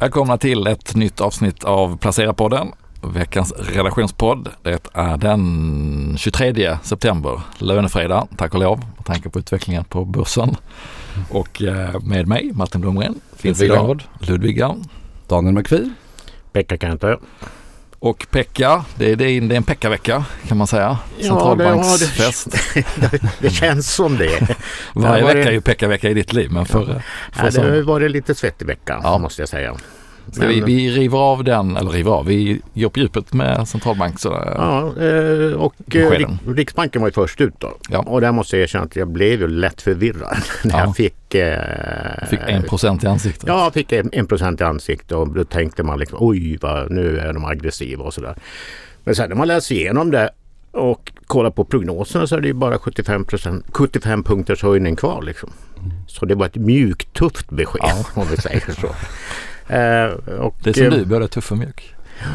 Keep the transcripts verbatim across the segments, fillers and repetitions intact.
Välkomna till ett nytt avsnitt av Placera-podden, veckans redaktionspodd. Det är den tjugotredje september, lönefredag, tack och lov, med tanke på utvecklingen på börsen. Och med mig, Martin Blomgren, finns idag Ludviga, Daniel McPhee, Pekka Kantor. Och Pekka, det är, det är en Pekka-vecka kan man säga. Centralbanksfest. Ja, det, det, det känns som det. Varje det vecka är ju Pekka-vecka i ditt liv. Men för, för ja, det har varit lite svettig vecka, ja. måste jag säga. Ska vi, vi river av den, eller river av, vi går på djupet med centralbank. Så, ja, och beskeden. Riksbanken var ju först ut då. Ja. Och där måste jag erkänna att jag blev ju lätt förvirrad när ja. jag fick... Eh, fick en procent i ansiktet. Ja, jag fick en, en procent i ansiktet och då tänkte man liksom, oj, vad, nu är de aggressiva och sådär. Men sen när man läser igenom det och kollar på prognoserna så är det ju bara sjuttiofem procent, sjuttiofem punkters höjning kvar liksom. Så det var ett mjukt, tufft besked, ja. om vi säger så. Uh, och, det är som du, både tuff och mjuk.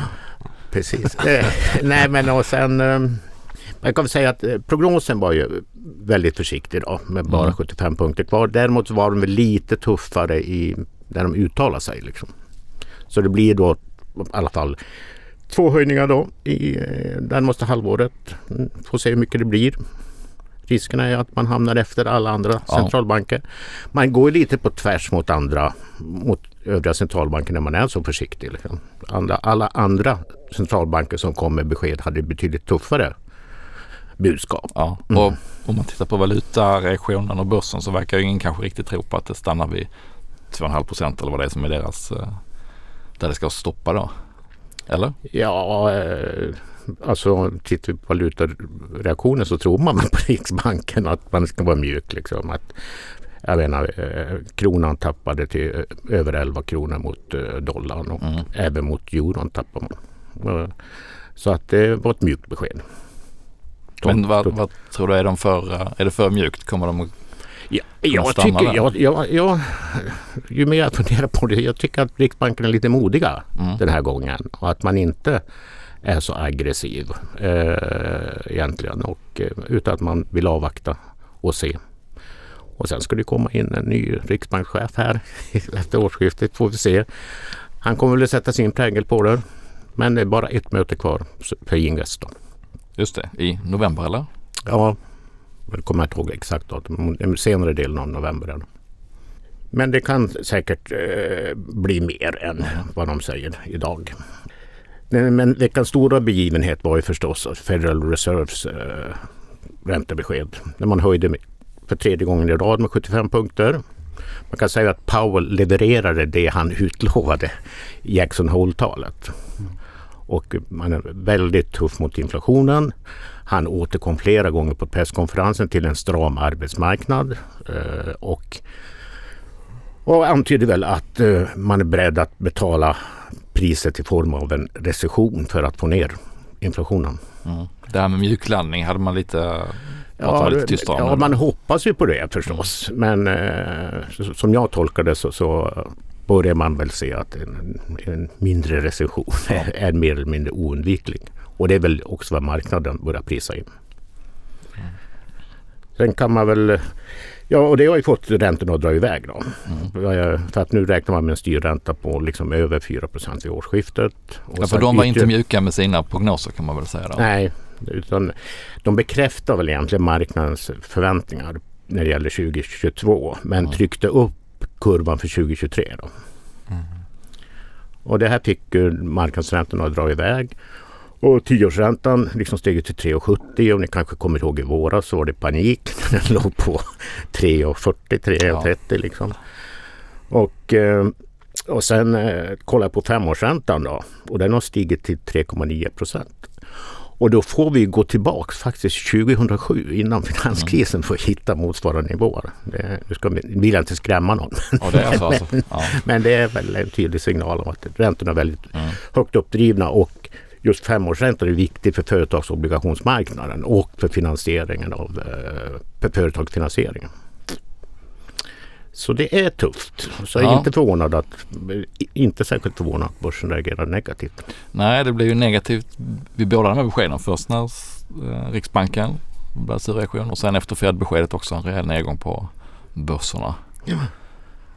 Precis. uh, nej men och sen uh, jag kan väl säga att uh, prognosen var ju väldigt försiktig då, med bara mm. sjuttiofem punkter kvar. Däremot var de lite tuffare i när de uttalar sig liksom. Så det blir då i alla fall två höjningar då i uh, den måste halvåret. Mm, får se hur mycket det blir. Risken är att man hamnar efter alla andra ja. centralbanker. Man går lite på tvärs mot andra, mot övriga centralbanker när man är så försiktig. Liksom. Andra, alla andra centralbanker som kom med besked hade betydligt tuffare budskap. Ja, och mm. om man tittar på valutareaktionen och börsen så verkar ju ingen kanske riktigt tro på att det stannar vid två komma fem procent eller vad det är som är deras, där det ska stoppa då. Eller? Ja, eh, alltså tittar vi på valutareaktionen så tror man på Riksbanken att man ska vara mjuk liksom. Att, jag menar, eh, kronan tappade till eh, över elva kronor mot eh, dollarn och mm. även mot euron tappar man. Eh, så att det var ett mjukt besked. Men vad, vad tror du, är de för, är det för mjukt? Kommer de att Ja, jag tycker, jag, jag, jag, ju mer jag funderar på det, jag tycker att Riksbanken är lite modiga mm. den här gången och att man inte är så aggressiv eh, egentligen och eh, utan att man vill avvakta och se. Och sen ska det komma in en ny riksbankschef här efter årsskiftet, får vi se. Han kommer väl sätta sin prägel på det, men det är bara ett möte kvar för Invest då. Just det, i november eller? Ja, jag kommer inte ihåg exakt då, den senare delen av november. Men det kan säkert eh, bli mer än vad de säger idag. Men veckans stora begivenhet var ju förstås Federal Reserves eh, räntebesked. När man höjde för tredje gången i rad med sjuttiofem punkter. Man kan säga att Powell levererade det han utlovade i Jackson Hole-talet. Mm. Och man är väldigt tuff mot inflationen. Han återkom flera gånger på presskonferensen till en stram arbetsmarknad eh, och, och antyder väl att eh, man är beredd att betala priset i form av en recession för att få ner inflationen. Mm. Det här med mjuklandning hade man lite, ja, lite tystare om. Ja, man hoppas ju på det förstås. Mm. Men eh, så, som jag tolkar det så, så börjar man väl se att en, en mindre recession ja. är mer eller mindre oundviklig. Och det är väl också vad marknaden börjar prisa in. Mm. Sen kan man väl... Ja, och det har ju fått räntorna att dra iväg då. Mm. För att nu räknar man med en styrränta på liksom över fyra procent i årsskiftet. Och ja, för de var ytterligare... inte mjuka med sina prognoser kan man väl säga då. Nej, utan de bekräftar väl egentligen marknadens förväntningar när det gäller tjugo tjugotvå. Men mm. tryckte upp kurvan för tjugo tjugotre då. Mm. Och det här fick marknadsräntorna att dra iväg. Och tioårsräntan liksom steg till tre komma sjuttio. Om ni kanske kommer ihåg i våras så var det panik. Den låg på tre komma fyrtio, tre komma trettio ja. liksom. Och, och sen kollar jag på femårsräntan då. Och den har stigit till tre komma nio procent. Och då får vi gå tillbaka faktiskt tjugohundrasju innan finanskrisen för att hitta motsvarande nivåer. Det, nu ska vi, vill jag inte skrämma någon. Ja, det är alltså, alltså. Ja. Men det är väl en tydlig signal om att räntorna är väldigt mm. högt uppdrivna och just femårsräntor är viktigt för företagsobligationsmarknaden och för finansieringen av för företagsfinansieringen. Så det är tufft. Så jag är ja. inte förvånad att inte särskilt förvånad att börsen reagerar negativt. Nej, det blir ju negativt vid båda de här beskeden. Först när eh, Riksbanken började reaktion och sen efter Fed-beskedet också en rejäl nedgång på börserna. Ja.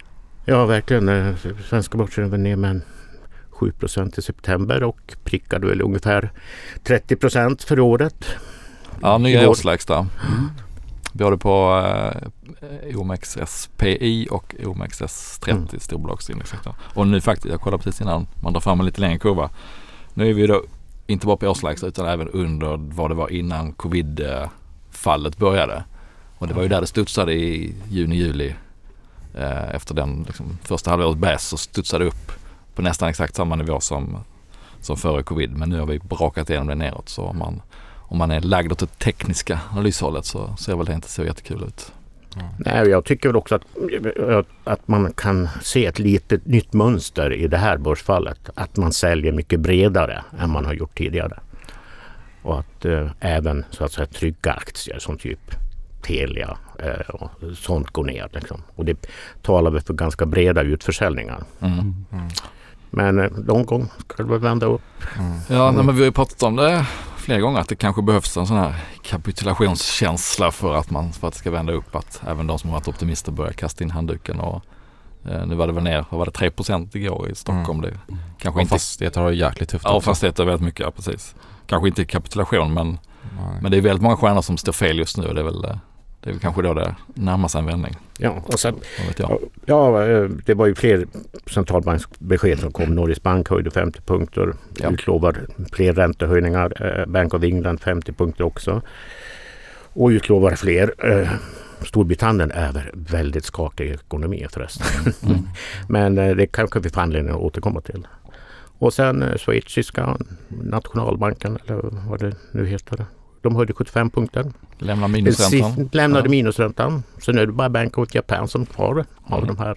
Ja, verkligen. Svenska börsen var ner med sju procent i september och prickade väl ungefär trettio procent för året. Ja, nya årslägsta. Mm. Både på eh, O M X S P I och O M X S trettio mm. storbolagsindex. Och nu faktiskt, jag kollade precis innan man drar fram en lite längre kurva. Nu är vi då inte bara på årslägsta utan även under vad det var innan covid-fallet började. Och det var ju där det studsade i juni-juli. Eh, efter den liksom, första halvåret bäst så studsade det upp på nästan exakt samma nivå som, som före covid. Men nu har vi brakat igenom det neråt. Så om man, om man är lagd åt det tekniska analyshållet så ser väl det inte så jättekul ut. Mm. Nej, jag tycker väl också att, att man kan se ett litet nytt mönster i det här börsfallet. Att man säljer mycket bredare än man har gjort tidigare. Och att eh, även så att säga trygga aktier som typ Telia eh, och sånt går ner. Liksom. Och det talar vi för ganska breda utförsäljningar. Mm. Mm. Men eh, någon gång ska det väl vända upp. Mm. Ja, nej, men vi har ju pratat om det flera gånger att det kanske behövs en sån här kapitulationskänsla för att man för att det ska vända upp, att även de som har varit optimister börjar kasta in handduken och eh, nu var det väl ner, vad var det, tre procent igår i Stockholm. Mm. Det kanske och inte, fastigheter har ju jäkligt tufft. Ja, fastigheter väldigt mycket, ja, precis. Kanske inte kapitulation men, men det är väldigt många stjärnor som står fel just nu och det är väl, det är väl kanske då det närmar sig en vändning. Ja, och sen, ja, det var ju fler centralbanksbesked som kom. Norges Bank höjde femtio punkter, ja. Utlovar fler räntehöjningar. Bank of England femtio punkter också. Och utlovar fler. Storbritannien är väldigt skakig ekonomi förresten. Mm. Men det kanske vi får anledning att återkomma till. Och sen schweiziska nationalbanken, eller vad det nu heter. De höjde sjuttiofem punkter. Lämnar minusräntan. Lämnade ja. minusräntan. Så nu är det bara Bank of Japan som kvar av mm. de här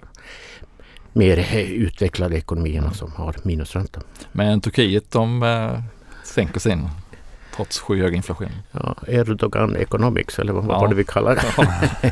mer utvecklade ekonomierna som har minusränta. Men Turkiet, de äh, sänker sin trots skyhög inflation. Ja, Erdogan Economics, eller vad ja. var det vi kallar det? Ja.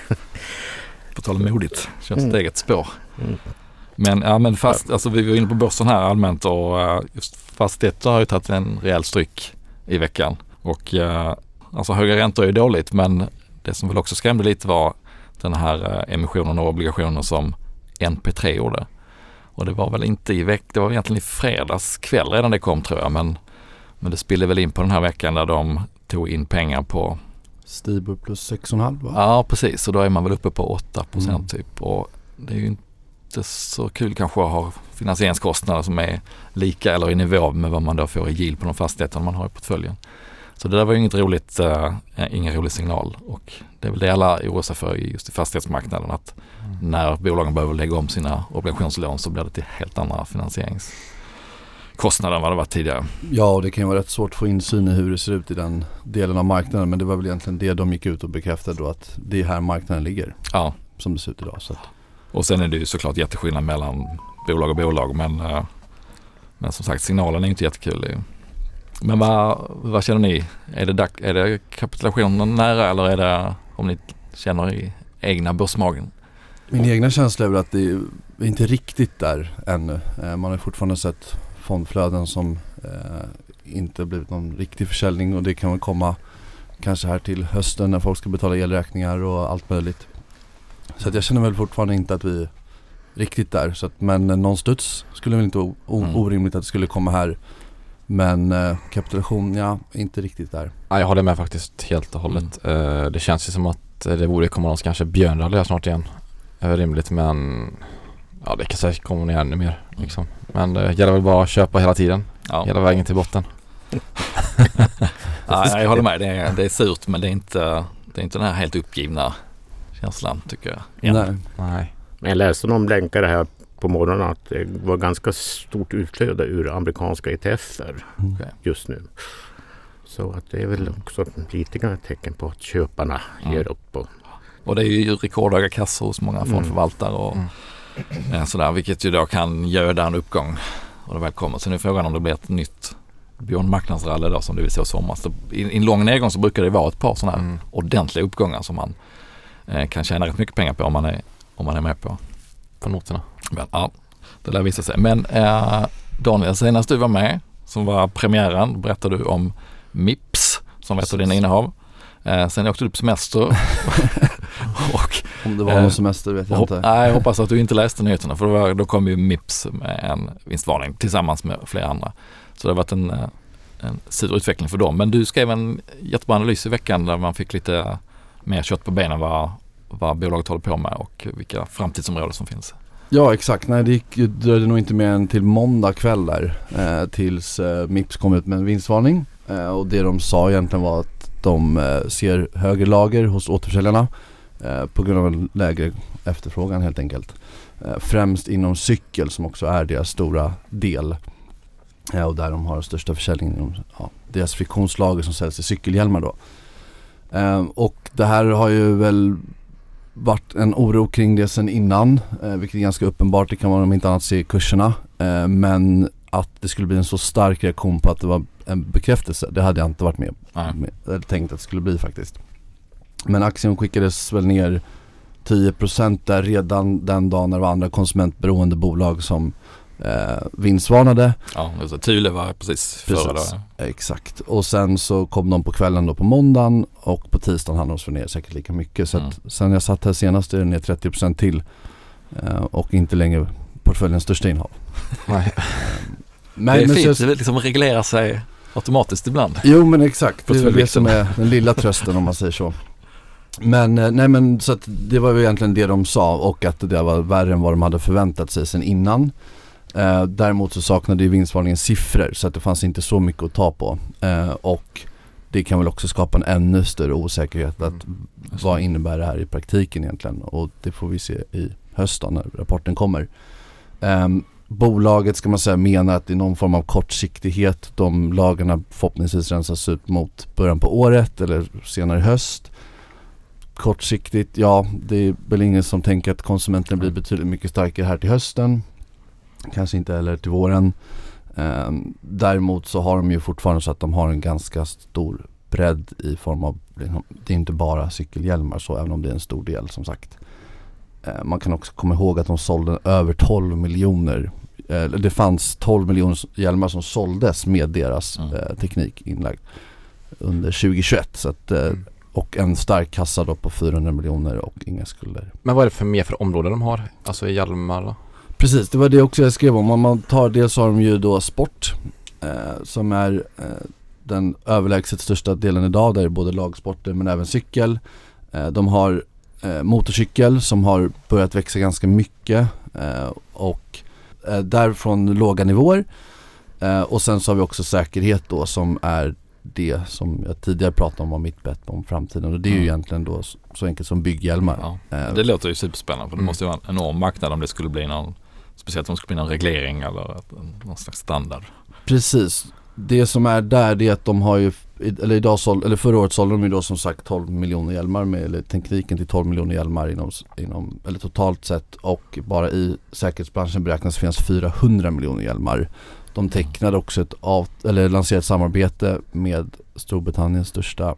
På tal om modigt. Känns mm. ett eget spår. Mm. Men, ja, men fast, alltså, vi var inne på börsen här allmänt och uh, just fastigheter har ju tagit en rejäl stryk i veckan. Och uh, alltså höga räntor är ju dåligt, men det som väl också skrämde lite var den här uh, emissionen och obligationer som N P tre gjorde. Och det var väl inte i veck, det var egentligen i fredags kväll redan det kom tror jag, men, men det spillde väl in på den här veckan där de tog in pengar på Stibor plus sex komma fem va? Ja, precis. Så då är man väl uppe på åtta procent mm. typ. Och det är ju inte så kul kanske att ha finansieringskostnader som är lika eller i nivå med vad man då får i yield på de fastigheter man har i portföljen. Så det där var ju inget roligt, äh, ingen rolig signal. Och det är väl det alla oroar sig för just i fastighetsmarknaden, att mm. när bolagen behöver lägga om sina obligationslån så blir det till helt andra finansieringskostnader än vad det var tidigare. Ja, och det kan ju vara rätt svårt att få insyn i hur det ser ut i den delen av marknaden, men det var väl egentligen det de gick ut och bekräftade då, att det är här marknaden ligger. Ja. Som det ser ut idag. Så att. Och sen är det ju såklart jätteskillnad mellan bolag och bolag, men, men som sagt, signalen är inte jättekul. Men vad, vad känner ni? Är det, är det kapitulationen nära, eller är det om ni känner i egna börsmagen? Min egna känsla är väl att det är inte riktigt där ännu. Man har fortfarande sett fondflöden som eh, inte blivit någon riktig försäljning, och det kan väl komma kanske här till hösten när folk ska betala elräkningar och allt möjligt. Så att jag känner väl fortfarande inte att vi är riktigt där. Så att, men någon studs skulle väl inte vara o- mm. orimligt att det skulle komma här. Men eh, kapitulation, ja, inte riktigt där. Ja, jag håller med faktiskt helt och hållet. Mm. Uh, det känns ju som att det borde komma någon kanske björnrally snart igen. Uh, rimligt, men ja, det kan säkert komma ner ännu mer. Liksom. Men det uh, gäller väl bara att köpa hela tiden. Ja. Hela vägen till botten. Ja, jag håller med. Det är, det är surt, men det är inte, det är inte den här helt uppgivna känslan, tycker jag. Nej. Nej. Men jag läste någon länkare här på morgonen att det var ganska stort utflöde ur amerikanska E T F-er mm. just nu. Så att det är väl också lite grann ett tecken på att köparna mm. ger upp. Och, och det är ju rekordhöga kassor hos många fondförvaltare och mm. sådär, vilket ju då kan göra en uppgång och det väl kommer. Så nu är frågan om det blir ett nytt björnmarknadsrally då, som det vill se somras. I, I en lång nedgång så brukar det vara ett par sådana här mm. ordentliga uppgångar som man eh, kan tjäna rätt mycket pengar på om man är, om man är med på. På noterna. Men ja, det lär visa sig. Men eh, Daniel, senast du var med, som var premiären, berättade du om Mips som var ett av dina innehav. Eh, sen åkte du på semester och Om det var någon semester vet jag Hop- inte. Nej, jag hoppas att du inte läste nyheterna, för då, var, då kom ju Mips med en vinstvarning tillsammans med flera andra. Så det har varit en, en sur utveckling för dem. Men du skrev en jättebra analys i veckan där man fick lite mer kött på benen vad, vad bolaget håller på med och vilka framtidsområden som finns. Ja, exakt. Nej, det gick, dröjde nog inte mer än till måndag kväll där eh, tills eh, Mips kom ut med en vinstvarning. Eh, och det de sa egentligen var att de eh, ser högre lager hos återförsäljarna eh, på grund av en lägre efterfrågan helt enkelt. Eh, främst inom cykel som också är deras stora del. Eh, och där de har den största försäljningen inom ja, deras friktionslager som säljs i cykelhjälmar då. Eh, och det här har ju väl varit en oro kring det sedan innan, eh, vilket är ganska uppenbart. Det kan man om inte annat se i kurserna. Eh, men att det skulle bli en så stark reaktion på att det var en bekräftelse, det hade jag inte varit med, med eller tänkt att det skulle bli faktiskt. Men aktien skickades väl ner tio procent där redan den dagen när det var andra konsumentberoende bolag som eh, vinstvarnade. Ja, alltså, Thule var precis, precis före då. Exakt. Och sen så kom de på kvällen då på måndagen och på tisdagen hann de slå ner säkert lika mycket. Så Mm. att sen jag satt här senast är det ner trettio procent till eh, och inte längre portföljens största innehav. Nej. Men, det är men fint, så, det liksom reglerar sig automatiskt ibland. Jo men exakt, det är väl det Portföljvikten. som är den lilla trösten om man säger så. Men eh, nej men så att det var ju egentligen det de sa och att det var värre än vad de hade förväntat sig sen innan. Eh, däremot så saknade ju vinstvarningen siffror så att det fanns inte så mycket att ta på. Eh, och det kan väl också skapa en ännu större osäkerhet att Mm. vad innebär det här i praktiken egentligen, och det får vi se i höst då, när rapporten kommer. Eh, bolaget ska man säga menar att det är någon form av kortsiktighet. De lagarna förhoppningsvis rensas ut mot början på året eller senare i höst. Kortsiktigt, ja, det är väl ingen som tänker att konsumenten blir betydligt mycket starkare här till hösten. Kanske inte heller till våren. Um, däremot så har de ju fortfarande så att de har en ganska stor bredd i form av, det är inte bara cykelhjälmar så, även om det är en stor del som sagt. Uh, man kan också komma ihåg att de sålde över tolv miljoner. Uh, det fanns tolv miljoner hjälmar som såldes med deras Mm. uh, teknik inlagd under tjugohundratjugoett. Så att, uh, Mm. och en stark kassa då på fyrahundra miljoner och inga skulder. Men vad är det för mer för områden de har? Alltså i hjälmar då? Precis, det var det också jag skrev om. Om man tar dels har de ju då sport eh, som är eh, den överlägset största delen idag. Där är både lagsporter men även cykel. Eh, de har eh, motorcykel som har börjat växa ganska mycket eh, och eh, därifrån låga nivåer. Eh, och sen så har vi också säkerhet då som är det som jag tidigare pratade om var mitt bett om framtiden, och det är ju Mm. egentligen då så, så enkelt som bygghjälmar. Ja. Eh, Det låter ju superspännande, för det Mm. måste ju vara en enorm marknad om det skulle bli någon, speciellt om det skulle bli någon reglering eller ett, någon slags standard. Precis. Det som är där det är att de har ju, eller idag såld, eller förra året sålde de ju då som sagt tolv miljoner hjälmar med, eller tekniken till tolv miljoner hjälmar inom, inom, eller totalt sett, och bara i säkerhetsbranschen beräknas finnas fyrahundra miljoner hjälmar. De tecknade också ett av, eller lanserade ett samarbete med Storbritanniens största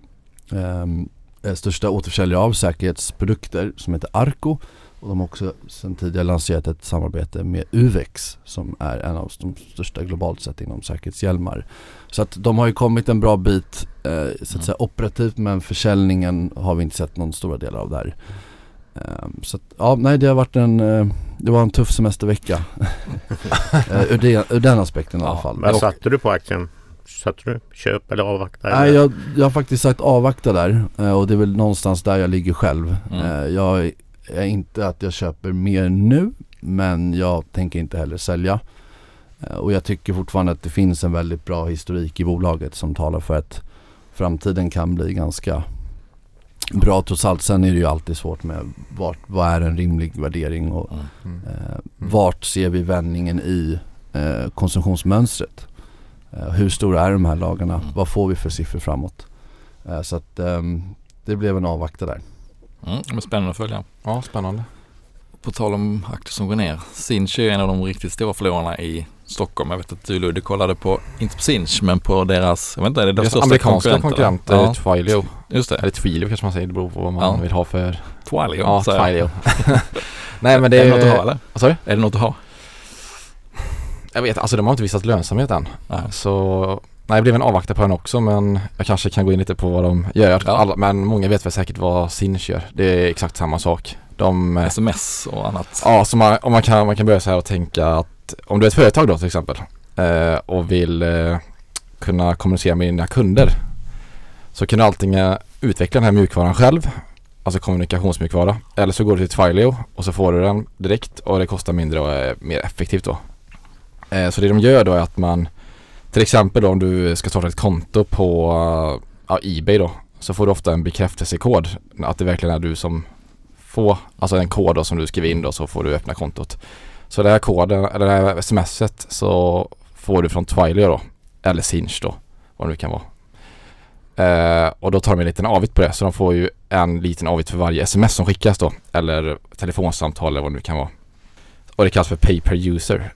eh, största återförsäljare av säkerhetsprodukter som heter Arco, och de har också sedan tidigare lanserat ett samarbete med Uvex som är en av de största globalt sett inom säkerhetshjälmar. Så att de har ju kommit en bra bit eh, så att säga operativt, men försäljningen har vi inte sett någon stora del av där. Um, så att, ja, nej, det har varit en uh, det var en tuff semestervecka uh, ur, den, ur den aspekten i alla fall. Vad Och, satte du på aktien? Satte du köp eller avvakta? nej, eller? jag, jag har faktiskt sagt avvakta där, uh, och det är väl någonstans där jag ligger själv. Mm. Uh, jag är inte att jag köper mer nu, men jag tänker inte heller sälja. Uh, och jag tycker fortfarande att det finns en väldigt bra historik i bolaget som talar för att framtiden kan bli ganska bra trots allt. Sen är det ju alltid svårt med vart, vad är en rimlig värdering och Mm. Mm. eh, vart ser vi vändningen i eh, konsumtionsmönstret. Eh, hur stora är de här lagarna? Mm. Vad får vi för siffror framåt? Eh, så att ehm, det blev en avvakta där. Mm, det är spännande att följa. Ja, spännande. På tal om aktier som går ner. Sinch är en av de riktigt stora förlorarna i Stockholm. Jag vet att du, Ludde, kollade på, inte på Sinch, men på deras, jag vet inte, är det deras Det är största amerikanska konkurrenter? konkurrent, Ja, ja. Twilio. just det. Eller Twilio kanske man säger, det beror på vad man Ja. vill ha för... Twilio. Ja, säger jag. Twilio. Nej men det är det något att ha, eller? Vad sa du? Är det något att ha? Jag vet, alltså de har inte visat lönsamhet än. Nej. Så, nej, det blev en avvakta på den också, men jag kanske kan gå in lite på vad de gör. Ja. Alla, men många vet väl säkert vad Sinch gör. Det är exakt samma sak. De, sms och annat. Ja, så man, om man, kan, man kan börja så här och tänka att om du är ett företag då till exempel eh, och vill eh, kunna kommunicera med dina kunder, så kan du antingen utveckla den här mjukvaran själv, alltså kommunikationsmjukvara, eller så går du till Twilio och så får du den direkt och det kostar mindre och är mer effektivt då. Eh, så det de gör då är att man, till exempel då, om du ska starta ett konto på ja, eBay då, så får du ofta en bekräftelsekod att det verkligen är du som får, alltså en kod då som du skriver in då, så får du öppna kontot. Så det här koden, eller det här smset så får du från Twilio då, eller Sinch då, vad det nu kan vara. Eh, och då tar de en liten avgift på det, så de får ju en liten avgift för varje sms som skickas då, eller telefonsamtal eller vad det nu kan vara. Och det kallas för pay per user.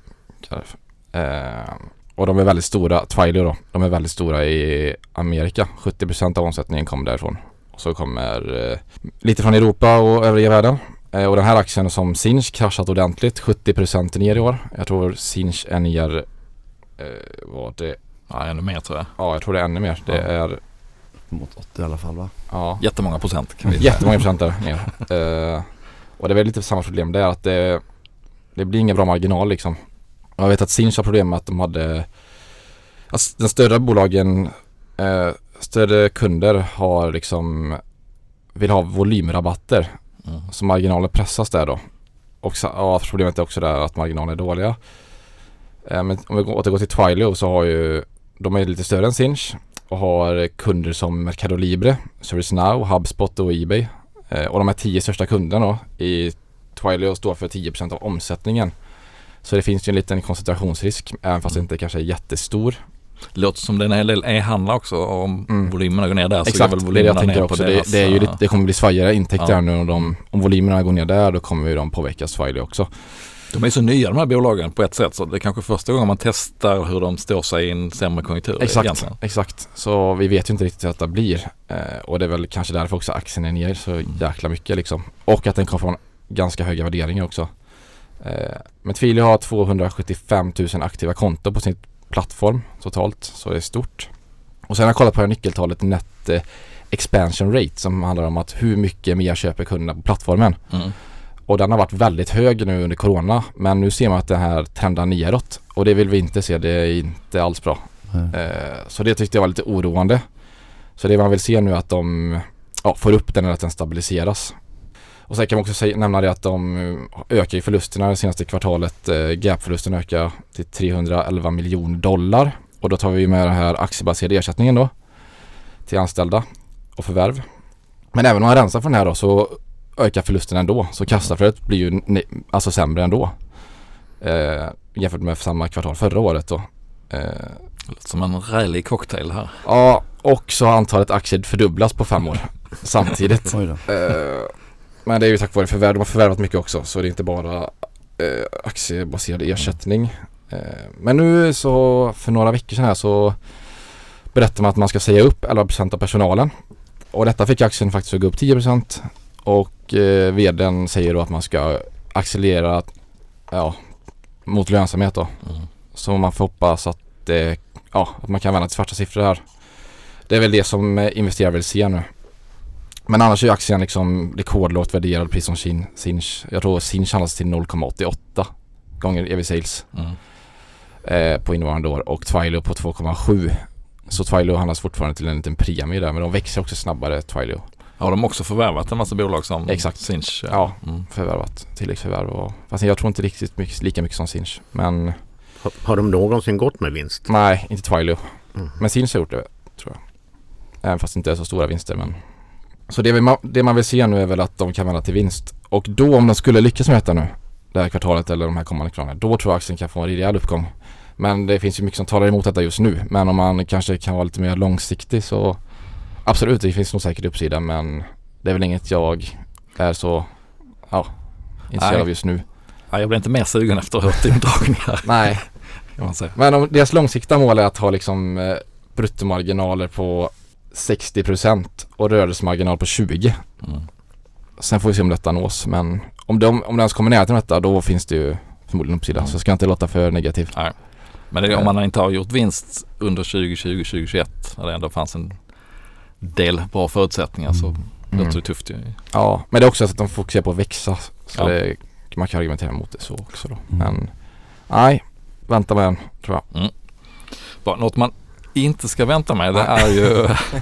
Eh, och de är väldigt stora, Twilio då, de är väldigt stora i Amerika. sjuttio procent av omsättningen kommer därifrån. Och så kommer eh, lite från Europa och övriga världen. Eh, och den här aktien som Sinch kraschat ordentligt, sjuttio procent ner i år. Jag tror Sinch är ner, eh, vad det Ja, ännu mer tror jag. Ja, jag tror det är ännu mer. Det Ja. är Mot åttio i alla fall, va? ja, Jättemånga procent kan vi säga. jättemånga procent där ner. Eh, och det är väl lite samma problem där, att det, det blir ingen bra marginal liksom. Jag vet att Sinch har problem med att de hade, alltså den större bolagen, eh, större kunder har liksom, vill ha volymrabatter. Mm. Så marginalen pressas där då. Och ja, problemet är också där att marginalerna är dåliga. Eh, men om vi återgår till Twilio, så har ju, de är lite större än Sinch och har kunder som Mercado Libre, ServiceNow, HubSpot och eBay. Eh, och de här tio största kunderna då i Twilio står för tio procent av omsättningen. Så det finns ju en liten koncentrationsrisk, även fast det inte kanske är jättestor. Det låter som det är en hel del e-handlar också. Om Mm. volymerna går ner där så Exakt, går väl det är det jag volymerna tänker ner också. på Det, deras, det, är ju äh, lite, det kommer bli svajigare intäkter Ja. nu. Och de, om volymerna går ner där, då kommer ju de påverkas Twilio också. De är så nya de här bolagen på ett sätt, så det är kanske första gången man testar hur de står sig i en sämre konjunktur. Exakt, egentligen. exakt. Så vi vet ju inte riktigt hur detta blir. Eh, och det är väl kanske därför också aktien är ner så jäkla mycket liksom. Och att den kommer från ganska höga värderingar också. Eh, men Twilio har tvåhundrasjuttiofem tusen aktiva konton på sin plattform totalt, så det är stort. Och sen har jag kollat på det här nyckeltalet Net eh, Expansion Rate, som handlar om att hur mycket mer köper kunderna på plattformen. Mm. Och den har varit väldigt hög nu under corona, men nu ser man att den här trendar neråt. Och det vill vi inte se, det är inte alls bra. Mm. Eh, så det tyckte jag var lite oroande. Så det man vill se nu är att de ja, får upp den eller att den stabiliseras. Och sen kan man också säga, nämna det att de ökar i förlusterna det senaste kvartalet. Eh, Gap-förlusten ökar till trehundraelva miljoner dollar. Och då tar vi med den här aktiebaserade ersättningen då till anställda och förvärv. Men även om man rensar från den här då, så ökar förlusten ändå. Så kassaflödet blir ju ne- alltså sämre ändå. Eh, jämfört med samma kvartal förra året då. Eh, Som en rälig cocktail här. ja, och så har antalet aktier fördubblats på fem år samtidigt. Oj då. Eh, men det är ju tack vare förvärv. De har förvärvat mycket också, så det är inte bara eh, aktiebaserad ersättning. Eh, men nu så för några veckor sedan här så berättar man att man ska säga upp elva procent av personalen. Och detta fick aktien faktiskt att gå upp tio procent. Och eh, vdn säger då att man ska accelerera ja, mot lönsamhet då. Mm. Så man får hoppas att, det, ja, att man kan vända till svarta siffror här. Det är väl det som eh, investerare vill se nu. Men annars är aktien liksom rekordlågt värderad, precis som Sin, Sinch. Jag tror Sinch handlas till noll komma åttioåtta gånger E V sales Mm. eh, på innevarande år. Och Twilio på två komma sju. Så Twilio handlas fortfarande till en liten premie där. Men de växer också snabbare, Twilio. Har de också förvärvat en massa bolag som Exakt. Sinch? Ja, Mm. förvärvat. Tilläggsförvärv. Och, fast jag tror inte riktigt mycket, lika mycket som Sinch. Men Har, har de någonsin gått med vinst? nej, inte Twilio. Mm. Men Sinch har gjort det, tror jag. Även fast det inte är så stora vinster. Men... Så det, vill, det man vill se nu är väl att de kan vända till vinst. Och då, om de skulle lyckas med detta nu, det här kvartalet eller de här kommande kvartalen, då tror jag aktien kan få en rejäl uppgång. Men det finns ju mycket som talar emot detta just nu. Men om man kanske kan vara lite mer långsiktig, så absolut, det finns nog säkert uppsida. Men det är väl inget jag är så ja, intresserad Nej. av just nu. Ja, jag blir inte mer sugen efter att ha hört indragningar. Nej, Kan man säga. men om deras långsiktiga mål är att ha liksom eh, bruttomarginaler på sextio procent och rörelsemarginal på tjugo. Mm. Sen får vi se om detta nås. Men om de, om de ens kommer ner till detta, då finns det ju förmodligen uppsida. Mm. Så ska jag inte låta för negativt. Nej. Men det är, om man inte har gjort vinst under tjugo tjugo till tjugo tjugoett, när det ändå fanns en del bra förutsättningar, så Det låter tufft ju. Ja, men det är också att de fokuserar på att växa. Så Ja. det, man kan argumentera mot det så också då. Mm. Men nej, vänta med den tror jag. Mm. Bara, något man inte ska vänta med det är ju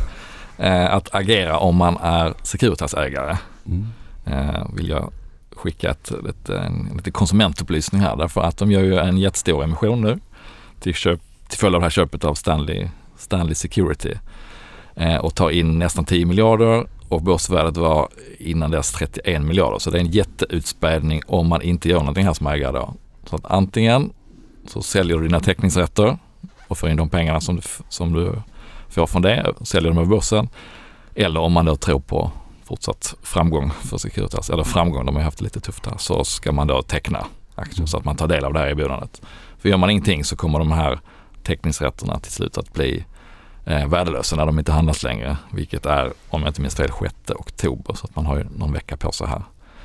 eh, att agera om man är Securitas-ägare. Mm. Eh, vill jag skicka ett, ett, en lite konsumentupplysning här, därför att de gör ju en jättestor emission nu till, köp, till följd av det här köpet av Stanley, Stanley Security eh, och tar in nästan tio miljarder och börsvärdet var innan dess trettioen miljarder, så det är en jätteutspädning om man inte gör någonting här som ägare då. Så att antingen så säljer du dina teckningsrätter och får in de pengarna som du, som du får från det, säljer dem över börsen, eller om man då tror på fortsatt framgång för Securitas, eller framgång, de har haft det lite tufft här, så ska man då teckna aktier så att man tar del av det här erbjudandet. För gör man ingenting så kommer de här teckningsrätterna till slut att bli eh, värdelösa när de inte handlas längre, vilket är, om jag inte minns fel, sjätte oktober, så att man har ju någon vecka på sig här.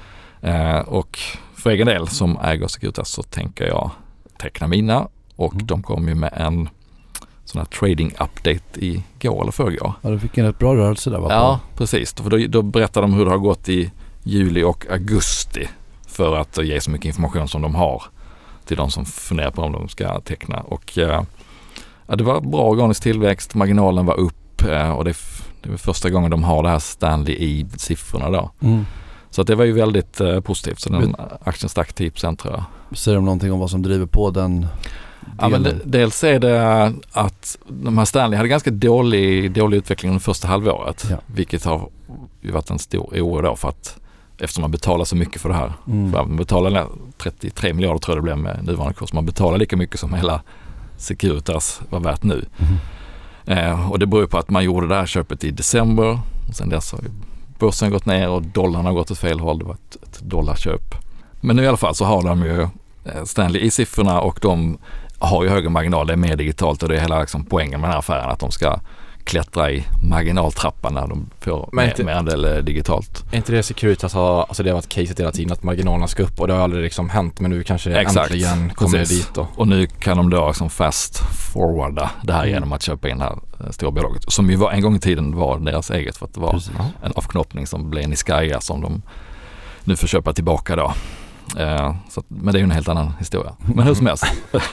Eh, och för egen del som äger Securitas så tänker jag teckna mina, och Mm. de kom ju med en sån här trading update i går eller förrgår. Ja, du fick en rätt bra rörelse där, va? Ja, precis. För då, då berättar de hur det har gått i juli och augusti för att ge så mycket information som de har till de som funderar på om de ska teckna. Och eh, ja, det var bra organisk tillväxt, marginalen var upp eh, och det, det var första gången de har det här Stanley i siffrorna då. Mm. Så att det var ju väldigt eh, positivt. Så den aktien stack tio procent tror jag. Säger de någonting om vad som driver på den Ja, men det, dels är det att de här Stanley hade ganska dålig, dålig utveckling under första halvåret. Ja. Vilket har ju varit en stor oro då, för att eftersom man betalar så mycket för det här. Mm. För man betalar trettiotre miljarder tror jag det blev med nuvarande kurs. Man betalar lika mycket som hela Securitas var värt nu. Mm. Eh, och det beror på att man gjorde det här köpet i december. Och sen dess har ju börsen gått ner och dollarn har gått åt fel håll. Det var ett, ett dollarköp. Men nu i alla fall så har de ju Stanley i siffrorna, och de har ju högre marginal. Det är mer digitalt och det är hela liksom poängen med den här affären, att de ska klättra i marginaltrappan när de får Men mer, inte- mer andel digitalt. Är inte det Securitas har, alltså det har varit caset hela tiden att marginalerna ska upp, och det har aldrig liksom hänt, men nu kanske Exakt. äntligen kommer det Precis. dit då. Och nu kan de då liksom fast forwarda det här Mm. genom att köpa in det här eh, stora bolaget. Som ju var, en gång i tiden var deras eget, för att det var Precis. en avknoppning som blev Niskaya som de nu får köpa tillbaka då. Eh, så att, men det är ju en helt annan historia. Men hur som helst.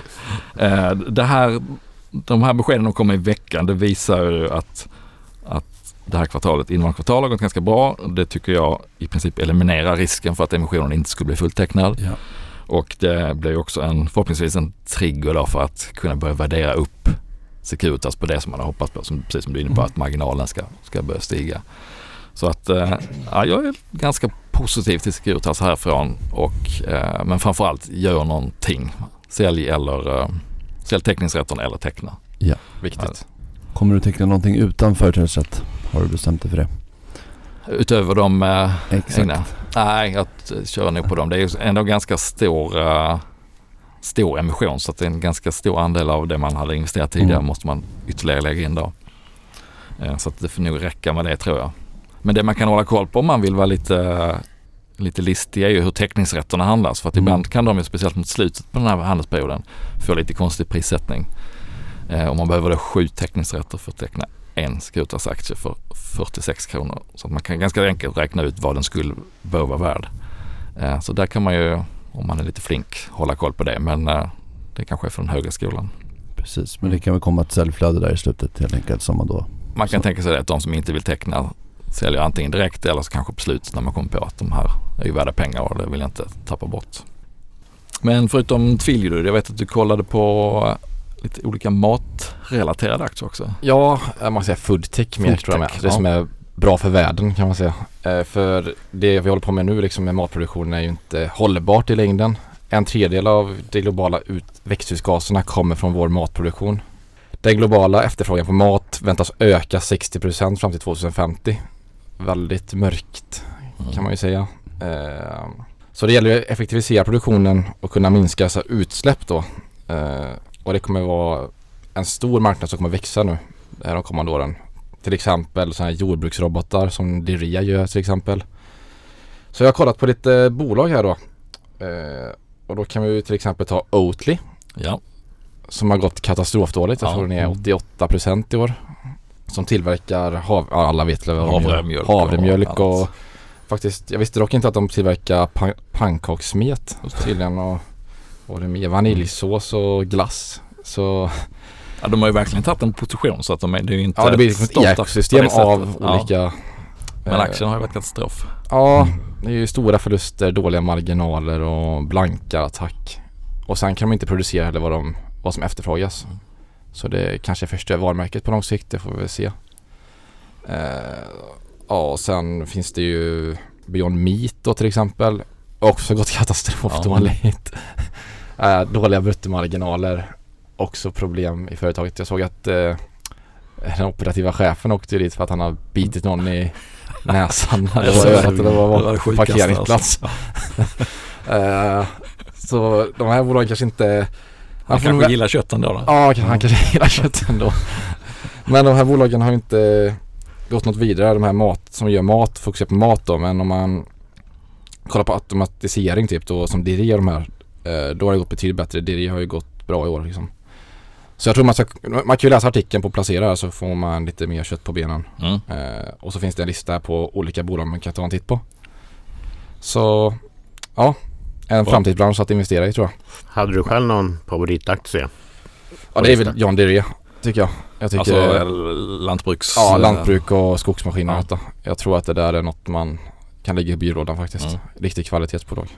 eh, det här, de här beskeden som kommer i veckan, det visar ju att, att det här kvartalet, innevarande kvartal har gått ganska bra. Det tycker jag i princip eliminerar risken för att emissionen inte skulle bli fulltecknad. Ja. Och det blir ju också en, förhoppningsvis en trigger då för att kunna börja värdera upp Securitas på det som man har hoppats på, som, precis som du är inne på, Mm. att marginalen ska, ska börja stiga. Så att eh, ja, jag är ganska positiv till Securitas härifrån, och, eh, men framförallt gör någonting. Sälj eller eh, sälj teckningsrätten eller teckna. Viktigt. Kommer du teckna någonting utan företrädesrätt? Har du bestämt dig för det? Utöver de eh, Exakt. egna. Nej, jag eh, kör nog på dem. Det är ju ändå ganska stor, eh, stor emission, så att det är en ganska stor andel av det man hade investerat tidigare Mm. måste man ytterligare lägga in då. Eh, så att det får nog räcka med det tror jag. Men det man kan hålla koll på om man vill vara lite, lite listig är ju hur teckningsrätterna handlas. För att Mm. ibland kan de ju, speciellt mot slutet på den här handelsperioden, få lite konstig prissättning. Eh, och man behöver då sju teckningsrätter för att teckna en Securitas aktie för fyrtiosex kronor. Så att man kan ganska enkelt räkna ut vad den skulle bör vara värd. Eh, så där kan man ju, om man är lite flink, hålla koll på det. Men eh, det kanske är från höga skolan. Precis, men det kan väl komma ett säljflöde där i slutet helt enkelt som man då... Man kan Så. tänka sig det att de som inte vill teckna säljer antingen direkt eller så kanske på slutet när man kommer på att de här är ju värda pengar och det vill jag inte tappa bort. Men förutom Twilio, jag vet att du kollade på lite olika matrelaterade aktier också. Ja, jag måste säga foodtech mer Foodtech, tror jag med. Det ja. som är bra för världen kan man säga. Eh, för det vi håller på med nu liksom med matproduktionen är ju inte hållbart i längden. En tredjedel av de globala ut- växthusgaserna kommer från vår matproduktion. Den globala efterfrågan på mat väntas öka sextio procent fram till tjugohundrafemtio. Väldigt mörkt kan man ju säga. Eh, så det gäller ju att effektivisera produktionen och kunna minska så här utsläpp då. Eh, och det kommer vara en stor marknad som kommer växa nu de här kommande åren. Till exempel sådana här jordbruksrobotar som Diria gör till exempel. Så jag har kollat på lite bolag här då. Eh, och då kan vi ju till exempel ta Oatly Ja. som har gått katastrofdåligt. Jag Ja. tror den är åttioåtta procent i år. som tillverkar hav, ja, alla vet vad havremjölk, havremjölk och, och faktiskt, jag visste dock inte att de tillverkar pan- pannkakssmet tydligen och, och det med vaniljsås och glass. Så ja, de har ju verkligen tagit en position så att de är, det är ju inte ja, det blir ett ekosystem av olika ja. Men aktien har ju varit katastrof. Ja, det är ju stora förluster, dåliga marginaler och blanka attack. Och sen kan de inte producera heller vad, de, vad som efterfrågas. Mm. Så det kanske förstör varumärket på lång sikt, det får vi väl se. Eh, ja, och sen finns det ju Beyond Meat då till exempel. Också gått katastrof ja. dåligt. eh, dåliga bruttomarginaler. Också problem i företaget. Jag såg att eh, den operativa chefen åkte dit för att han har bitit någon i näsan. Det var att det var på parkeringsplats. uh, så de här bolagen kanske inte... Han kanske nog... gillar kött ändå då? Ja, han mm. kanske gillar kött ändå. Men de här bolagen har ju inte gått något vidare. De här mat som gör mat, fokuserar på mat då. Men om man kollar på automatisering typ då, som Diri gör de här, uh, då har det gått betydligt bättre. Diri har ju gått bra i år liksom. Så jag tror man ska, man kan ju läsa artikeln på Placera så får man lite mer kött på benen. Mm. Eh, och så finns det en lista på olika bolag man kan ta en titt på. Så ja, en Bra. framtidsbransch att investera i tror jag. Hade du själv någon favoritaktie? Ja, det är väl John Deere tycker jag. jag tycker, alltså lantbruks... Ja, lantbruk och skogsmaskiner. Ja. Jag tror att det där är något man kan lägga i byrålådan faktiskt. Mm. Riktigt kvalitetsbolag.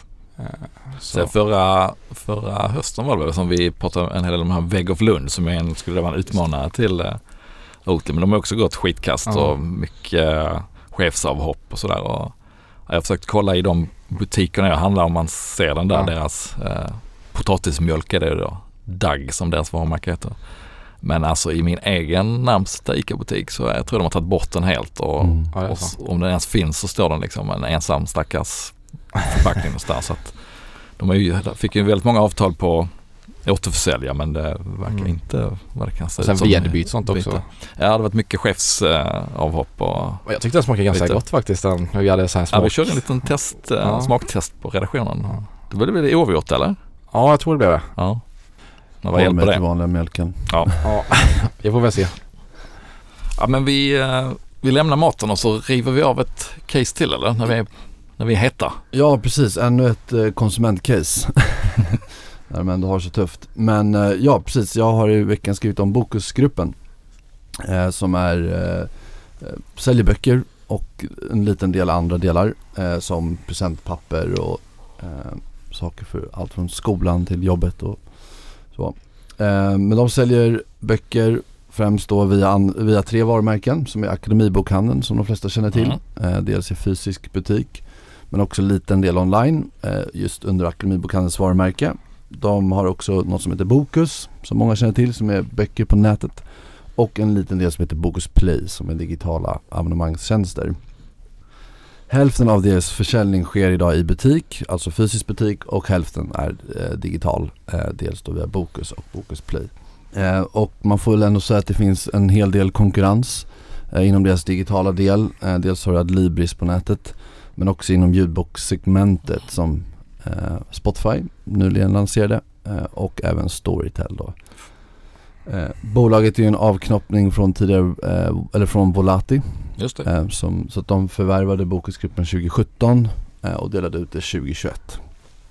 Så. Så förra, förra hösten var det väl som vi pratade en hel del om de här Vägg of Lund som en, skulle vara en utmanare till uh, O T I, men de har också gått skitkast mm. och mycket uh, chefsavhopp och sådär. Och jag har försökt kolla i de butikerna jag handlar om man ser den där, mm. deras uh, potatismjölk är det då, D A G som deras varumärke heter. Men alltså i min egen närmsta ICA-butik så jag tror de har tagit bort den helt och, mm. och, och om den ens finns så står den liksom en ensam stackars förpackning någonstans. Så att de har ju, fick ju väldigt många avtal på återförsälja men det verkar mm. inte vad det kan se ut som. Sen vd-byt sånt också. Ja, det har varit mycket chefsavhopp. Och jag tyckte det smakade ganska lite gott faktiskt. Den, vi hade så här smak. Ja, vi körde en liten test, ja. smaktest på redaktionen. Ja. Det blev väl oavgjort eller? Ja, jag tror det blev det. Ja. Vad var hjälper det? Till vanliga mjölken. Ja. ja. Jag får väl se. Ja, men vi, vi lämnar maten och så river vi av ett case till eller? När vi är När vi är heta. Ja, precis. Ännu ett eh, konsumentcase. När de ändå har så tufft. Men eh, ja, precis. Jag har i veckan skrivit om Bokusgruppen. Eh, som är eh, säljer böcker och en liten del andra delar. Eh, som presentpapper och eh, saker för allt från skolan till jobbet och så. Eh, men de säljer böcker främst då via, an, via tre varumärken som är Akademibokhandeln som de flesta känner till. Mm. Eh, dels i fysisk butik. Men också en liten del online eh, just under Akademibokhandelns varumärke. De har också något som heter Bokus som många känner till som är böcker på nätet. Och en liten del som heter Bokus Play som är digitala abonnemangstjänster. Hälften av deras försäljning sker idag i butik, alltså fysisk butik och hälften är eh, digital. Eh, dels då via Bokus och Bokus Play. Eh, och man får väl ändå säga att det finns en hel del konkurrens eh, inom deras digitala del. Eh, dels har du Adlibris på nätet. Men också inom ljudboxsegmentet som eh, Spotify nyligen lanserade eh, och även Storytel då. Eh, bolaget är ju en avknoppning från tidigare eh, eller från Volati. Just det. Eh, som, så att de förvärvade Bokusgruppen tjugo sjutton eh, och delade ut det tjugo tjugoett.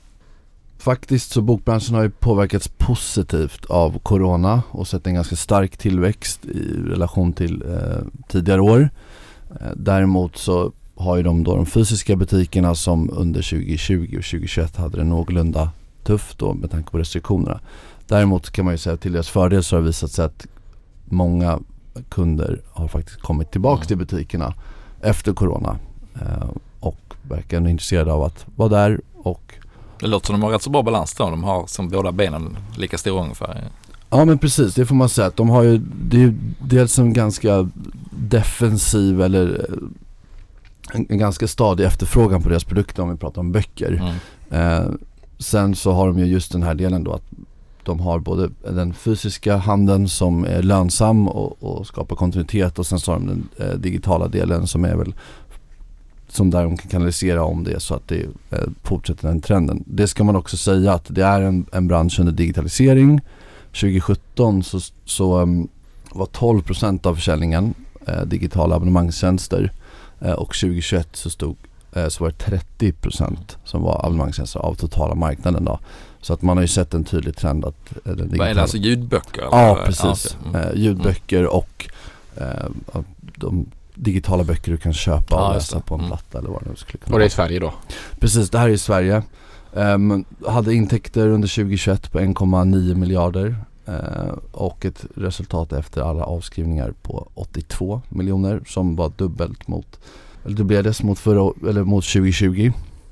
Faktiskt så bokbranschen har ju påverkats positivt av corona och sett en ganska stark tillväxt i relation till eh, tidigare år. Eh, däremot så har ju de då de fysiska butikerna som under tjugo tjugo och tjugo tjugoett hade det någorlunda tufft då med tanke på restriktionerna. Däremot kan man ju säga att till deras fördel så har det visat sig att många kunder har faktiskt kommit tillbaka mm. till butikerna efter corona eh, och verkar ändå intresserade av att vara där. Och det låter som de har rätt så bra balans då. De har som båda benen lika stora ungefär. Ja men precis, det får man säga. Att de har ju, det är ju dels en ganska defensiv eller en, en ganska stadig efterfrågan på deras produkter om vi pratar om böcker. Mm. Eh, sen så har de ju just den här delen då att de har både den fysiska handeln som är lönsam och, och skapar kontinuitet och sen så har de den eh, digitala delen som är väl som där de kan kanalisera om det så att det eh, fortsätter den trenden. Det ska man också säga att det är en, en bransch under digitalisering. tjugo sjutton så, så um, var tolv procent av försäljningen eh, digitala abonnemangstjänster eh, och tjugohundratjugoett så stod eh, så var det trettio procent som var abonnemangstjänster av totala marknaden då. Så att man har ju sett en tydlig trend att eh, den digitala... Vad är det, alltså ljudböcker? Eller? Ja, precis. Ja, okay. mm. eh, ljudböcker och eh, de digitala böcker du kan köpa och ja, läsa på en mm. platta eller vad det nu skulle kunna Och det är i vara. Sverige då? Precis, det här är i Sverige. Um, hade intäkter under tjugohundratjugoett på en komma nio miljarder uh, och ett resultat efter alla avskrivningar på åttiotvå miljoner som var dubbelt mot, eller dubblerades mot, förra, eller mot tjugohundratjugo.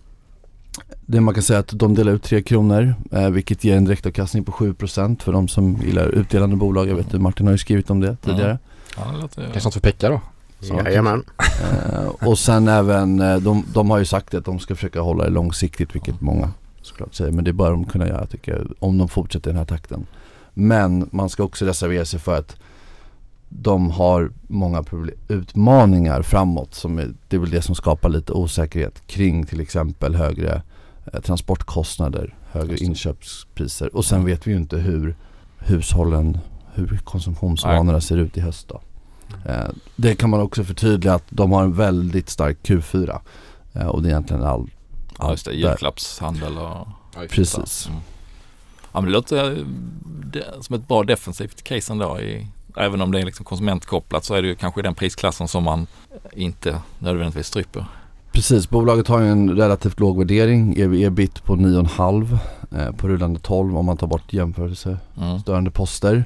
Det man kan säga att de delar ut tre kronor uh, vilket ger en direktavkastning på sju procent för de som gillar utdelande bolag. Jag vet att Martin har ju skrivit om det tidigare. Mm. Ja, det låter... Kanske något för Pekka då? Jajamän. Uh, och sen även, uh, de, de har ju sagt att de ska försöka hålla det långsiktigt, vilket många såklart säger, men det bör de kunna göra tycker jag, om de fortsätter i den här takten. Men man ska också reservera sig för att de har många problem, utmaningar framåt, som är, det är väl det som skapar lite osäkerhet kring till exempel högre eh, transportkostnader, högre inköpspriser, och sen vet vi ju inte hur hushållen, hur konsumtionsvanorna Nej. ser ut i höst då. Eh, det kan man också förtydliga att de har en väldigt stark Q fyra eh, och det är egentligen all, ja just det, julklappshandel och... Precis. Mm. Ja, men det låter det, som ett bra defensivt case ändå. I, även om det är liksom konsumentkopplat så är det ju kanske den prisklassen som man inte nödvändigtvis stryper. Precis, bolaget har ju en relativt låg värdering, E V-ebit på nio komma fem eh, på rullande tolv om man tar bort jämförelsestörande mm. poster.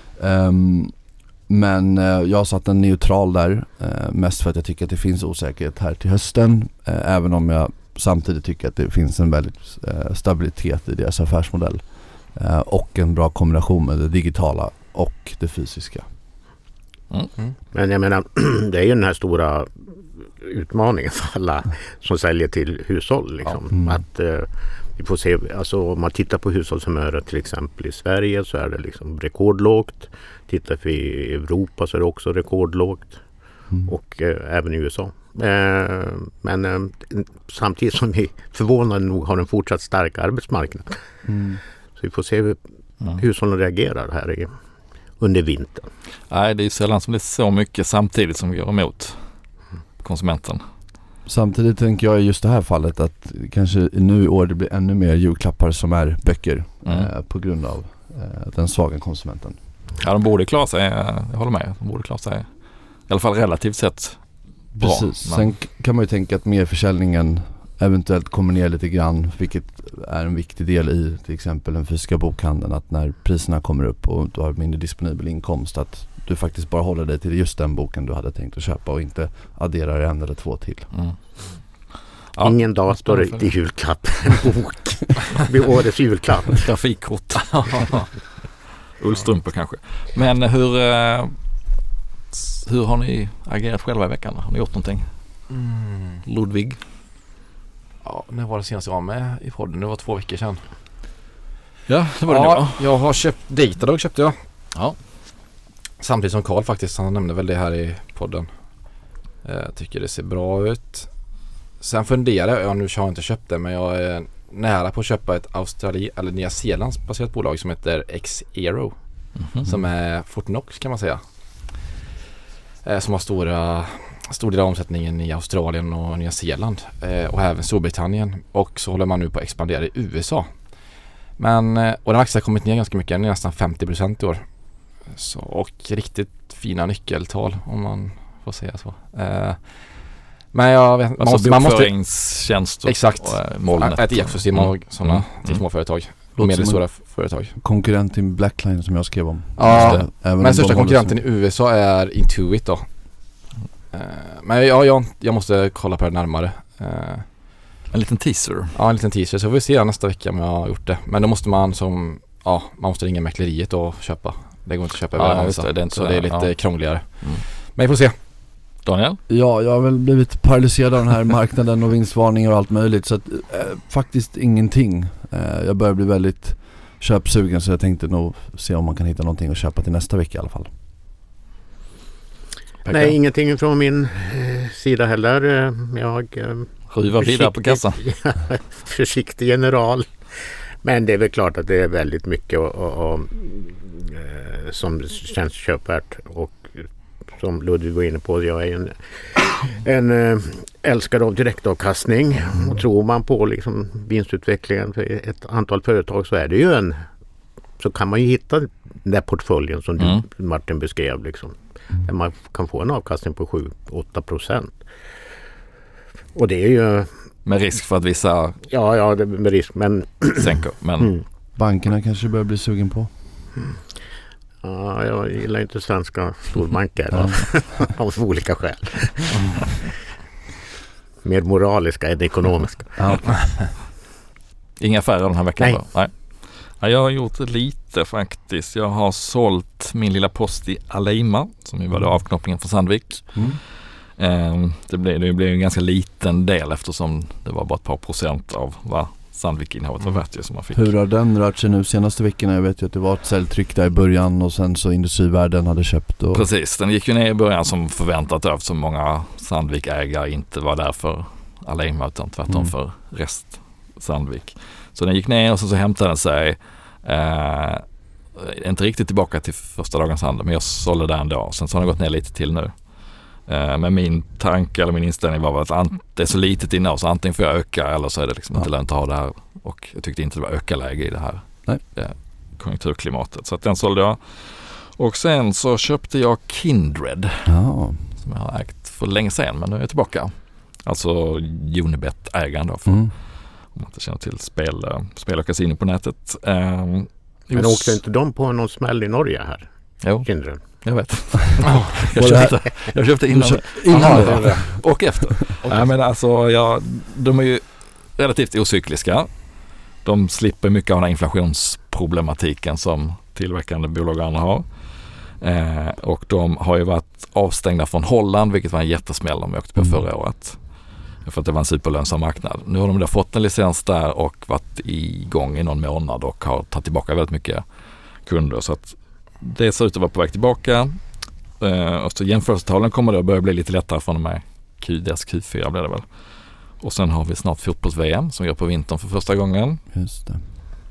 Um, men eh, jag har satt en neutral där, eh, mest för att jag tycker att det finns osäkerhet här till hösten, eh, även om jag samtidigt tycker att det finns en väldigt eh, stabilitet i deras affärsmodell eh, och en bra kombination med det digitala och det fysiska. Mm. Mm. Men jag menar, det är ju den här stora utmaningen för alla som säljer till hushåll. Liksom. Mm. Att eh, vi får se, alltså om man tittar på hushållshumöret till exempel i Sverige så är det liksom rekordlågt. Tittar vi i Europa så är det också rekordlågt. Mm. Och eh, även i U S A. Eh, men eh, samtidigt som vi förvånande nog har en fortsatt stark arbetsmarknad. Mm. Så vi får se hur mm. hushållen reagerar här i, under vintern. Nej, det är ju sällan som det är så mycket samtidigt som vi gör emot konsumenten. Samtidigt tänker jag i just det här fallet att kanske nu i år det blir ännu mer julklappar som är böcker mm. eh, på grund av eh, den svaga konsumenten. Ja, de borde klara sig, jag håller med. De borde klara sig i alla fall relativt sett bra. Precis. Men... Sen kan man ju tänka att merförsäljningen eventuellt kommer ner lite grann, vilket är en viktig del i till exempel den fysiska bokhandeln, att när priserna kommer upp och du har mindre disponibel inkomst, att du faktiskt bara håller dig till just den boken du hade tänkt att köpa och inte adderar en eller två till. Mm. Ja, ingen dator i julklapp, en bok. Det blir årets julklapp. Grafikkort. Ullstrumpor kanske. Men hur hur har ni agerat själva i veckan? Har ni gjort någonting? Mm. Ludvig? Ja, när var det senast jag var med i podden? Det var två veckor sedan. Ja, det var det ja, nu då. Jag har köpt Datadog köpte jag. Ja. Samtidigt som Carl faktiskt, han nämnde väl det här i podden. Jag tycker det ser bra ut. Sen funderar jag, nu har jag inte köpt det, men jag är nära på att köpa ett Australien eller Nya Zeelands baserat bolag som heter X-Aero. Mm-hmm. Som är Fortnox kan man säga. Som har stora stor del av omsättningen i Australien och Nya Zeeland och även Storbritannien, och så håller man nu på att expandera i U S A. Men, och den aktien har kommit ner ganska mycket, den är nästan femtio procent i år. Så, och riktigt fina nyckeltal om man får säga så. Eh, men jag vet alltså måste, man bokföringstjänst och, exakt, och molnet. Ett E F-system och mm. sådana mm. till småföretag. Och medelstora företag. Konkurrent till Blackline som jag skrev om. Ja, men största konkurrenten i U S A är Intuit då. Uh, men ja, jag, jag måste kolla på det närmare. Uh, en liten teaser. Ja, en liten teaser. Så får vi se nästa vecka om jag har gjort det. Men då måste man som, ja, man måste ringa mäkleriet och köpa. Det går inte att köpa ja, över just det, det är inte så det är lite ja. krångligare. Mm. Men vi får se. Daniel? Ja, jag har väl blivit paralyserad av den här marknaden och vinstvarningar och allt möjligt. Så att, eh, faktiskt ingenting. Eh, jag börjar bli väldigt köpsugen, så jag tänkte nog se om man kan hitta någonting att köpa till nästa vecka i alla fall. Pekka. Nej, ingenting från min eh, sida heller. Jag eh, Sjuva vidare på kassan. Försiktig general. Men det är väl klart att det är väldigt mycket att, att, att som känns köpvärt. Och som Ludvig var inne på, jag är en, en äh, älskare av direktavkastning. Och tror man på liksom, vinstutvecklingen för ett antal företag så är det ju en, så kan man ju hitta den där portföljen som mm. du, Martin beskrev. Liksom, där man kan få en avkastning på sju till åtta procent. Och det är ju... Med risk för att vissa... Ja, ja det med risk, men... Sänker, men... Mm. Bankerna kanske börjar bli sugen på. Mm. Ja, jag gillar inte svenska storbanker ja. av olika skäl. Mm. Mer moraliska än ekonomiska. Ja. Inga affärer den här veckan? Nej. Nej. Ja, jag har gjort lite faktiskt. Jag har sålt min lilla post i Aleima som ju var då avknoppningen från Sandvik. Mm. Det blev, det blev en ganska liten del eftersom det var bara ett par procent av vad Sandvik-innehavet var värt som man fick. Hur har den rört sig nu senaste veckorna? Jag vet ju att det var ett säljtryck där i början och sen så Industrivärden hade köpt. Och... Precis, den gick ju ner i början som förväntat eftersom många Sandvik-ägare inte var där för Aleima utan tvärtom mm. för rest Sandvik. Så den gick ner och sen så hämtade den sig eh, inte riktigt tillbaka till första dagens handel men jag sålde den ändå. Sen så har den gått ner lite till nu. Men min tanke eller min inställning var att det är så litet innan så antingen får jag öka eller så är det liksom ja. inte lönt att ha det här. Och jag tyckte inte det var öka-läge i det här Nej. konjunkturklimatet. Så att den sålde jag. Och sen så köpte jag Kindred ja. som jag har ägt för länge sedan men nu är jag tillbaka. Alltså Unibet-ägaren då för, mm. om man inte känner till spel, spel och kasino på nätet. Um, men åkte inte de på någon smäll i Norge här? Jo. Kindred. Jag vet. jag, köpte, jag köpte innan, innan Aha, och efter. Okay. Ja, men alltså, ja, de är ju relativt ocykliska. De slipper mycket av den här inflationsproblematiken som tillverkande bolag har. Eh, och de har ju varit avstängda från Holland vilket var en jättesmäll de åkte på mm. förra året. För att det var en superlönsam marknad. Nu har de då fått en licens där och varit igång i någon månad och har tagit tillbaka väldigt mycket kunder. Så att det ser ut att vara på väg tillbaka. Uh, och så jämförelsetalen kommer då att börja bli lite lättare från och med Q, deras Q fyra blir det väl. Och sen har vi snart fotbolls-V M som går på vintern för första gången. Just det.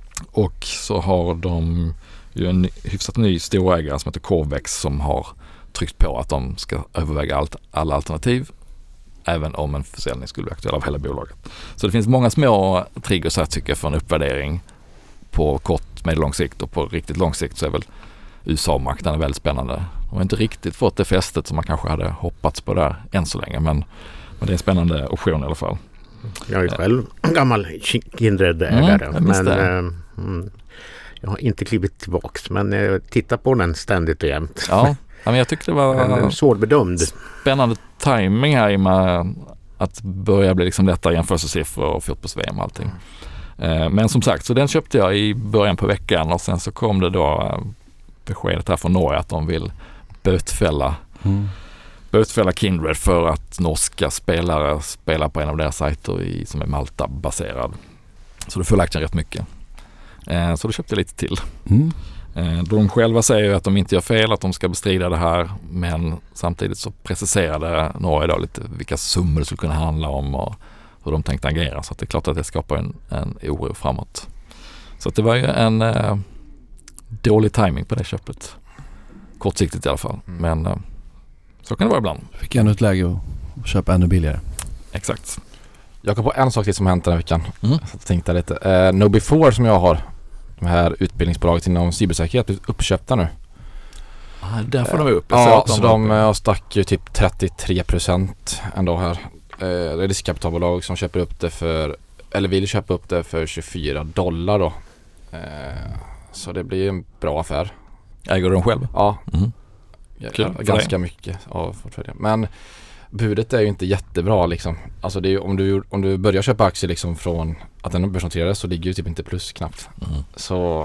Och så har de ju en hyfsat ny storägare som heter Corvex som har tryckt på att de ska överväga allt, alla alternativ även om en försäljning skulle bli aktuell av hela bolaget. Så det finns många små triggers här tycker jag för en uppvärdering på kort, med lång sikt och på riktigt lång sikt så är väl U S A-marknaden väldigt spännande. De har inte riktigt fått det fästet som man kanske hade hoppats på där än så länge men, men det är en spännande option i alla fall. Jag är själv gammal Kindred-ägare mm, men äh, mm, jag har inte klivit tillbaks men jag tittar på den ständigt och jämt. Ja, men jag tyckte det var svårbedömd. Spännande timing här med att börja bli liksom lättare jämförelsesiffror och fotbolls-V M och allting. Mm. Men som sagt, så den köpte jag i början på veckan och sen så kom det då beskedet här från Norge att de vill bötfälla mm. bötfälla Kindred för att norska spelare spelar på en av deras sajter i, som är Malta-baserad. Så då föll aktien rätt mycket. Eh, så då köpte jag lite till. Mm. Eh, de själva säger ju att de inte gör fel, att de ska bestrida det här men samtidigt så preciserade Norge då lite vilka summor det skulle kunna handla om och hur de tänkte agera. Så att det är klart att det skapar en, en oro framåt. Så att det var ju en eh, dålig timing på det köpet. Kortsiktigt i alla fall. Mm. Men eh, så kan det vara ibland. Fick ännu ett läge att köpa ännu billigare. Exakt. Jag kom på en sak till som hänt den här veckan. Mm. Så jag tänkte lite. Eh, No Before som jag har. De här utbildningsbolaget inom cybersäkerhet är uppköpta nu. Ah, där får de upp. Ja, så de, de stack ju typ trettiotre procent ändå här. Eh, det är riskkapitalbolag som köper upp det för, eller vill köpa upp det för tjugofyra dollar då. Eh, så det blir en bra affär. Äger de själv? Ja. Mm. Kul, ganska mycket av portföljen. Men budet är ju inte jättebra liksom. Alltså det är ju, om du om du börjar köpa aktier liksom från att den börsnoterades så ligger ju typ inte plus knappt. Mm. Så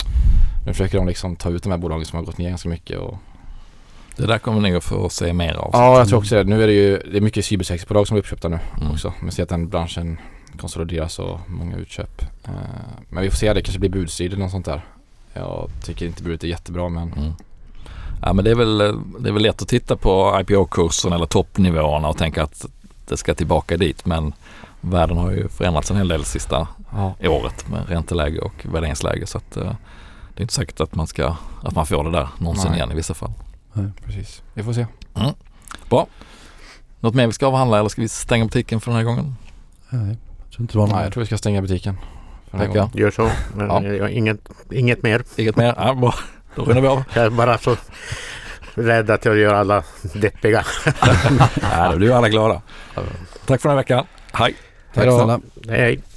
nu försöker de liksom ta ut de här bolagen som har gått ner ganska mycket och det där kommer ni att få se mer av. Ja, jag tror också det. Nu är det ju det är mycket cybersäkerhetsbolag som är uppköpta nu mm. också. Men ser att den branschen konsolideras och många utköp. Uh, men vi får se, det kanske blir budstrid eller något sånt där. Jag tycker inte budet är jättebra men mm. Ja, men det är väl det är väl lätt att titta på I P O-kursen eller toppnivåerna och tänka att det ska tillbaka dit, men världen har ju förändrats en hel del sista ja. året med ränteläge och värderingsläge så att uh, det det är inte säkert att man ska att man får det där någonsin Nej. igen i vissa fall. Nej. Precis. Vi får se. Mm. Bra. Något mer vi ska avhandla eller ska vi stänga butiken för den här gången? Nej, jag tror inte det var någon. Nej, jag tror vi ska stänga butiken. för den här Tackar. gången. Gör så. Men Ja. jag har inget, inget mer. Inget mer? Ja, bra. Då rundar vi av. Jag är bara så rädd att jag gör alla deppiga. Ja, då blir alla glada. Tack för den här veckan. Hej. Tack Hej då. snälla. Hej.